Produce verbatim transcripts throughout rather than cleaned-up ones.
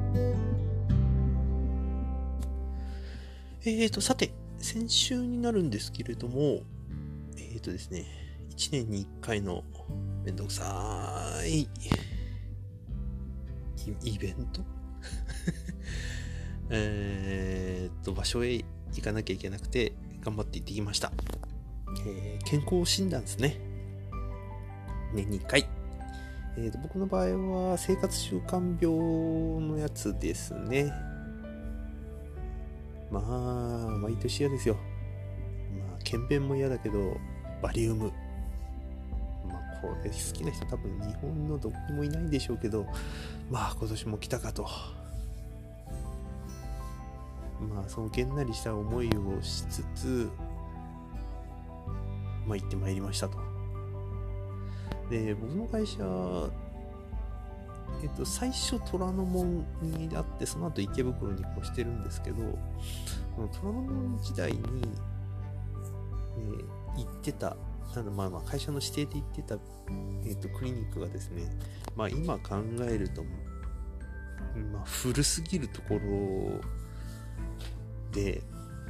えーと、さて、先週になるんですけれども、えーとですね、いちねんにいっかいのめんどくさいイイベントえーと、場所へ行かなきゃいけなくて、頑張って行ってきました。えー、健康診断ですね。年にいっかい。えーと、僕の場合は生活習慣病のやつですね。まあ、毎年嫌ですよ。まあ、検便も嫌だけど、バリウム。まあ、これ好きな人多分日本のどこにもいないんでしょうけど、まあ、今年も来たかと。まあ、そのげんなりした思いをしつつ、まあ、行ってまいりましたと。で、僕の会社、えっと、最初虎ノ門にあって、その後池袋に越してるんですけど、その虎ノ門時代に、えー、行ってた、あのまあまあ会社の指定で行ってた、えっと、クリニックがですね、まあ今考えると、まあ古すぎるところで、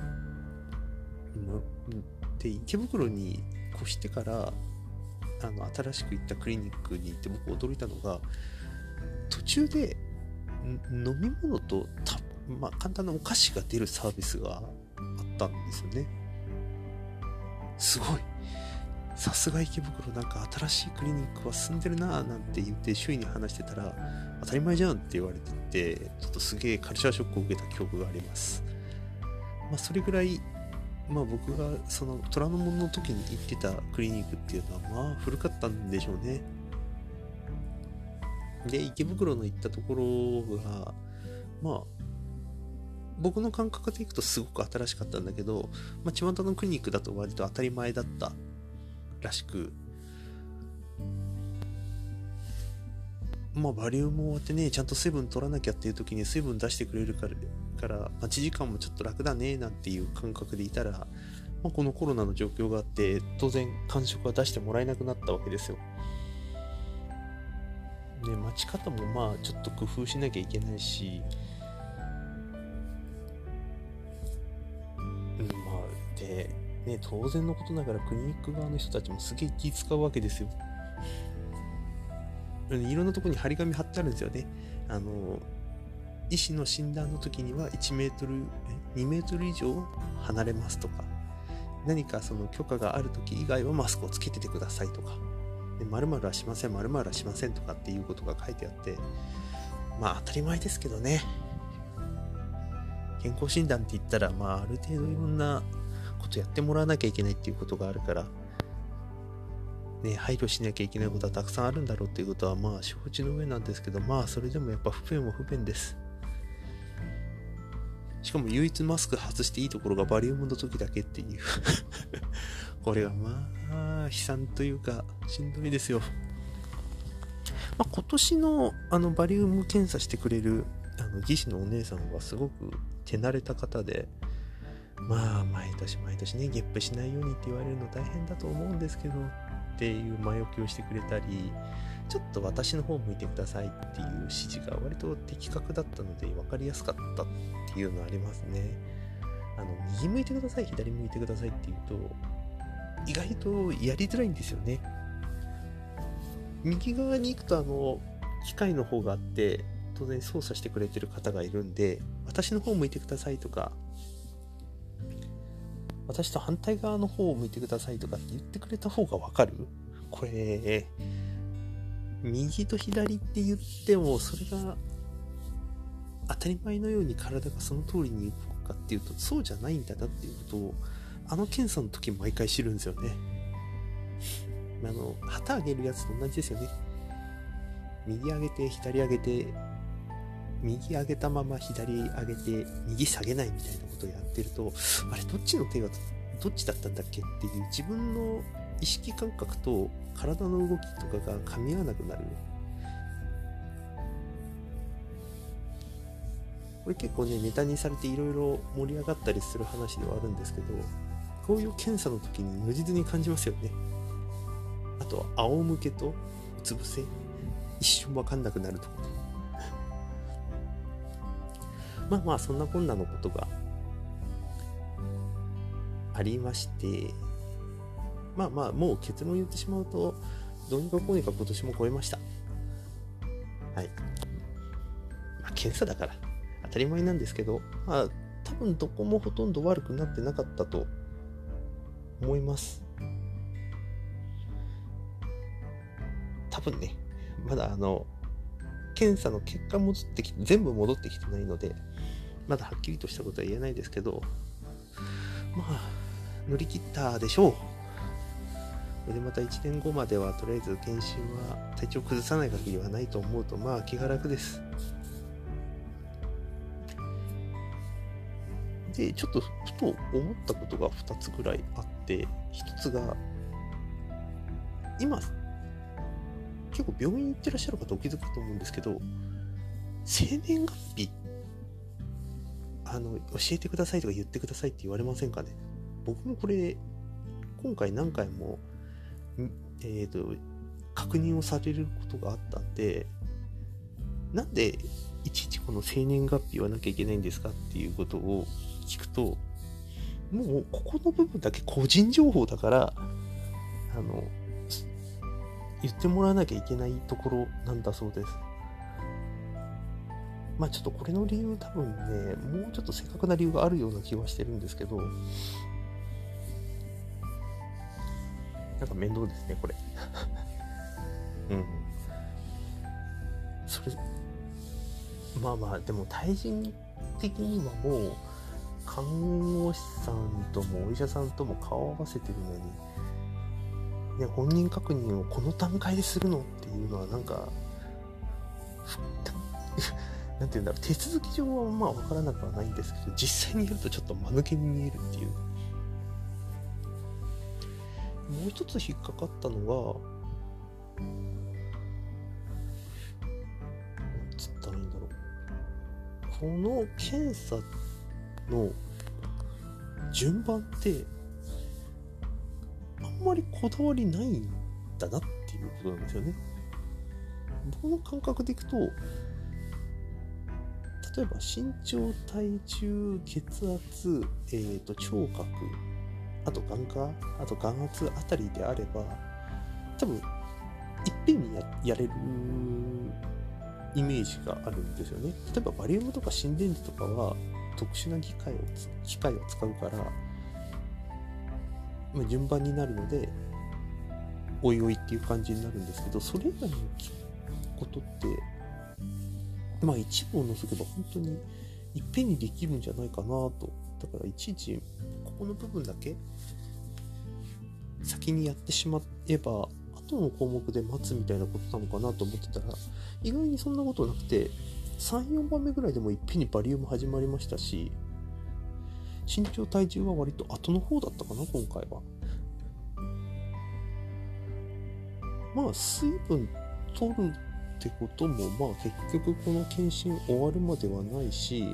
で、池袋に越してから、あの、新しく行ったクリニックに行って僕驚いたのが、途中で飲み物とた、まあ、簡単なお菓子が出るサービスがあったんですよね。すごい。さすが池袋、なんか新しいクリニックは進んでるなぁなんて言って周囲に話してたら、当たり前じゃんって言われてて、ちょっとすげえカルチャーショックを受けた記憶があります。まあそれぐらい、まあ僕がその虎ノ門の時に行ってたクリニックっていうのはまあ古かったんでしょうね。で、池袋の行ったところが、まあ、僕の感覚でいくとすごく新しかったんだけど、まあ、巷のクリニックだと割と当たり前だったらしく、まあ、バリウム終わってね、ちゃんと水分取らなきゃっていう時に水分出してくれるから、から待ち時間もちょっと楽だね、なんていう感覚でいたら、まあ、このコロナの状況があって、当然、間食は出してもらえなくなったわけですよ。で、待ち方もまあ、ちょっと工夫しなきゃいけないし、うん、まあ、で、ね、当然のことながらクリニック側の人たちもすげえ気使うわけですよ。いろんなところに張り紙貼ってあるんですよね。あの、医師の診断の時にはいちメートル、にメートル以上離れますとか、何かその許可がある時以外はマスクをつけててくださいとか、で〇〇はしません、〇〇はしませんとかっていうことが書いてあって、まあ当たり前ですけどね。健康診断って言ったら、まあある程度いろんなことやってもらわなきゃいけないっていうことがあるから、ね、配慮しなきゃいけないことはたくさんあるんだろうっていうことはまあ承知の上なんですけど、まあそれでもやっぱ不便は不便です。しかも唯一マスク外していいところがバリウムの時だけっていうこれはまあ悲惨というかしんどいですよ。まあ、今年のあのバリウム検査してくれるあの技師のお姉さんはすごく手慣れた方で、まあ毎年毎年ねゲップしないようにって言われるの大変だと思うんですけどっていう前置きをしてくれたり、ちょっと私の方向いてくださいっていう指示が割と的確だったので分かりやすかったっていうのはありますね。あの右向いてください、左向いてくださいっていうと意外とやりづらいんですよね。右側に行くとあの機械の方があって当然操作してくれてる方がいるんで、私の方向いてくださいとか私と反対側の方を向いてくださいとかって言ってくれた方がわかる？これ右と左って言ってもそれが当たり前のように体がその通りに動くかっていうとそうじゃないんだなっていうことをあの検査の時毎回知るんですよね。あの旗上げるやつと同じですよね。右上げて左上げて右上げたまま左上げて右下げないみたいなことをやってると、あれどっちの手がどっちだったんだっけっていう自分の意識感覚と体の動きとかが噛み合わなくなる。これ結構ねネタにされていろいろ盛り上がったりする話ではあるんですけど、こういう検査の時に如実に感じますよね。あとは仰向けとうつ伏せ一瞬分かんなくなるとかね。 まあまあそんなこんなのことがありまして、まあまあもう結論言ってしまうと、どうにかこうにか今年も超えました。はい。まあ検査だから当たり前なんですけど、まあ多分どこもほとんど悪くなってなかったと思います。多分ね、まだあの検査の結果戻ってきて全部戻ってきてないので、まだはっきりとしたことは言えないですけど、まあ乗り切ったでしょう。でまたいちねんごまではとりあえず検診は体調崩さない限りはないと思うと、まあ気が楽です。でちょっとふと思ったことがふたつぐらいあって、ひとつが今結構病院行ってらっしゃる方お気づくと思うんですけど、生年月日あの教えてくださいとか言ってくださいって言われませんかね。僕もこれ今回何回も、えーと、確認をされることがあったんで、なんでいちいちこの生年月日言わなきゃいけないんですかっていうことを聞くと、もうここの部分だけ個人情報だからあの言ってもらわなきゃいけないところなんだそうです。まあちょっとこれの理由多分ね、もうちょっと正確な理由があるような気はしてるんですけど、なんか面倒ですねこれうん、それまあまあでも対人的にはもう看護師さんともお医者さんとも顔を合わせてるのに、ね、本人確認をこの段階でするのっていうのはなんかなんていうんだろう、手続き上はまあ分からなくはないんですけど、実際にやるとちょっと間抜けに見えるっていう。もう一つ引っかかったのが、なんつったらいいんだろう、この検査の順番ってあんまりこだわりないんだなっていうことなんですよね。僕の感覚でいくと、例えば身長、体重、血圧、えーと聴覚、あと眼科、あと眼圧あたりであれば、多分いっぺんに や, やれるイメージがあるんですよね。例えばバリウムとか心電図とかは特殊な機械を機械を使うから、まあ、順番になるのでおいおいっていう感じになるんですけど、それ以外のことってまあ一部を除けば本当にいっぺんにできるんじゃないかなと。だからいちいちここの部分だけ先にやってしまえば後の項目で待つみたいなことなのかなと思ってたら、意外にそんなことなくて、さん、よんばんめぐらいでもいっぺんにバリウム始まりましたし、身長体重は割と後の方だったかな今回は。まあ水分取るってこともまあ結局この検診終わるまではないし、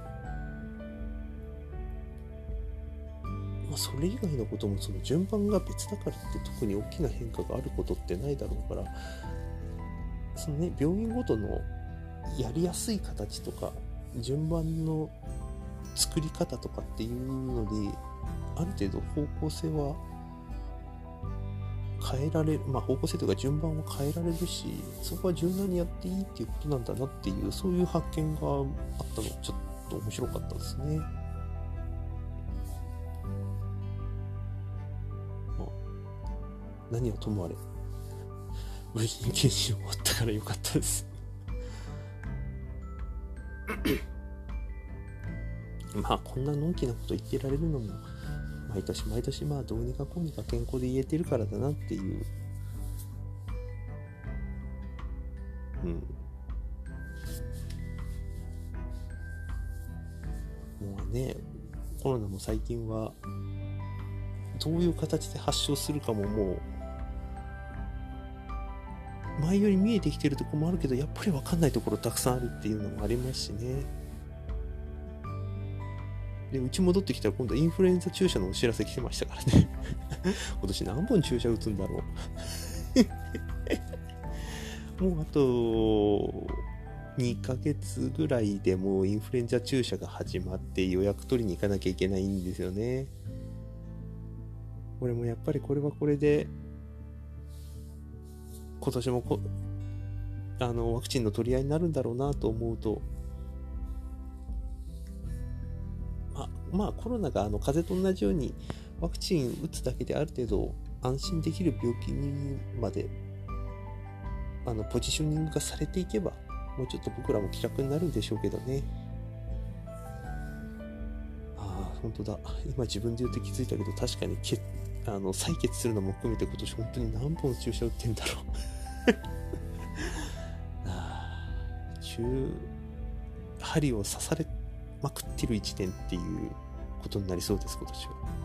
まあ、それ以外のこともその順番が別だからって特に大きな変化があることってないだろうから、そのね病院ごとのやりやすい形とか順番の作り方とかっていうのである程度方向性は変えられる、まあ方向性というか順番を変えられるし、そこは柔軟にやっていいっていうことなんだなっていう、そういう発見があったのちょっと面白かったですね。まあ、何はともあれ無事に検診終わったからよかったですまあこんなのんきなこと言ってられるのも毎年毎年まあどうにかこうにか健康で言えてるからだなっていう、うん、もうねコロナも最近はどういう形で発症するかももう前より見えてきてるところもあるけど、やっぱり分かんないところたくさんあるっていうのもありますしね。でうち戻ってきたら今度インフルエンザ注射のお知らせ来てましたからね今年何本注射打つんだろうもうあとにかげつぐらいでもうインフルエンザ注射が始まって予約取りに行かなきゃいけないんですよね。俺もやっぱりこれはこれで今年もこあのワクチンの取り合いになるんだろうなと思うと、まあ、まあコロナがあの風邪と同じようにワクチン打つだけである程度安心できる病気にまであのポジショニングがされていけば、もうちょっと僕らも気楽になるんでしょうけどね。ああ、本当だ。今自分で言って気づいたけど、確かにけあの採血するのも含めて今年本当に何本注射打ってんだろうああ、中針を刺されまくってるいちねんっていうことになりそうです、今年は。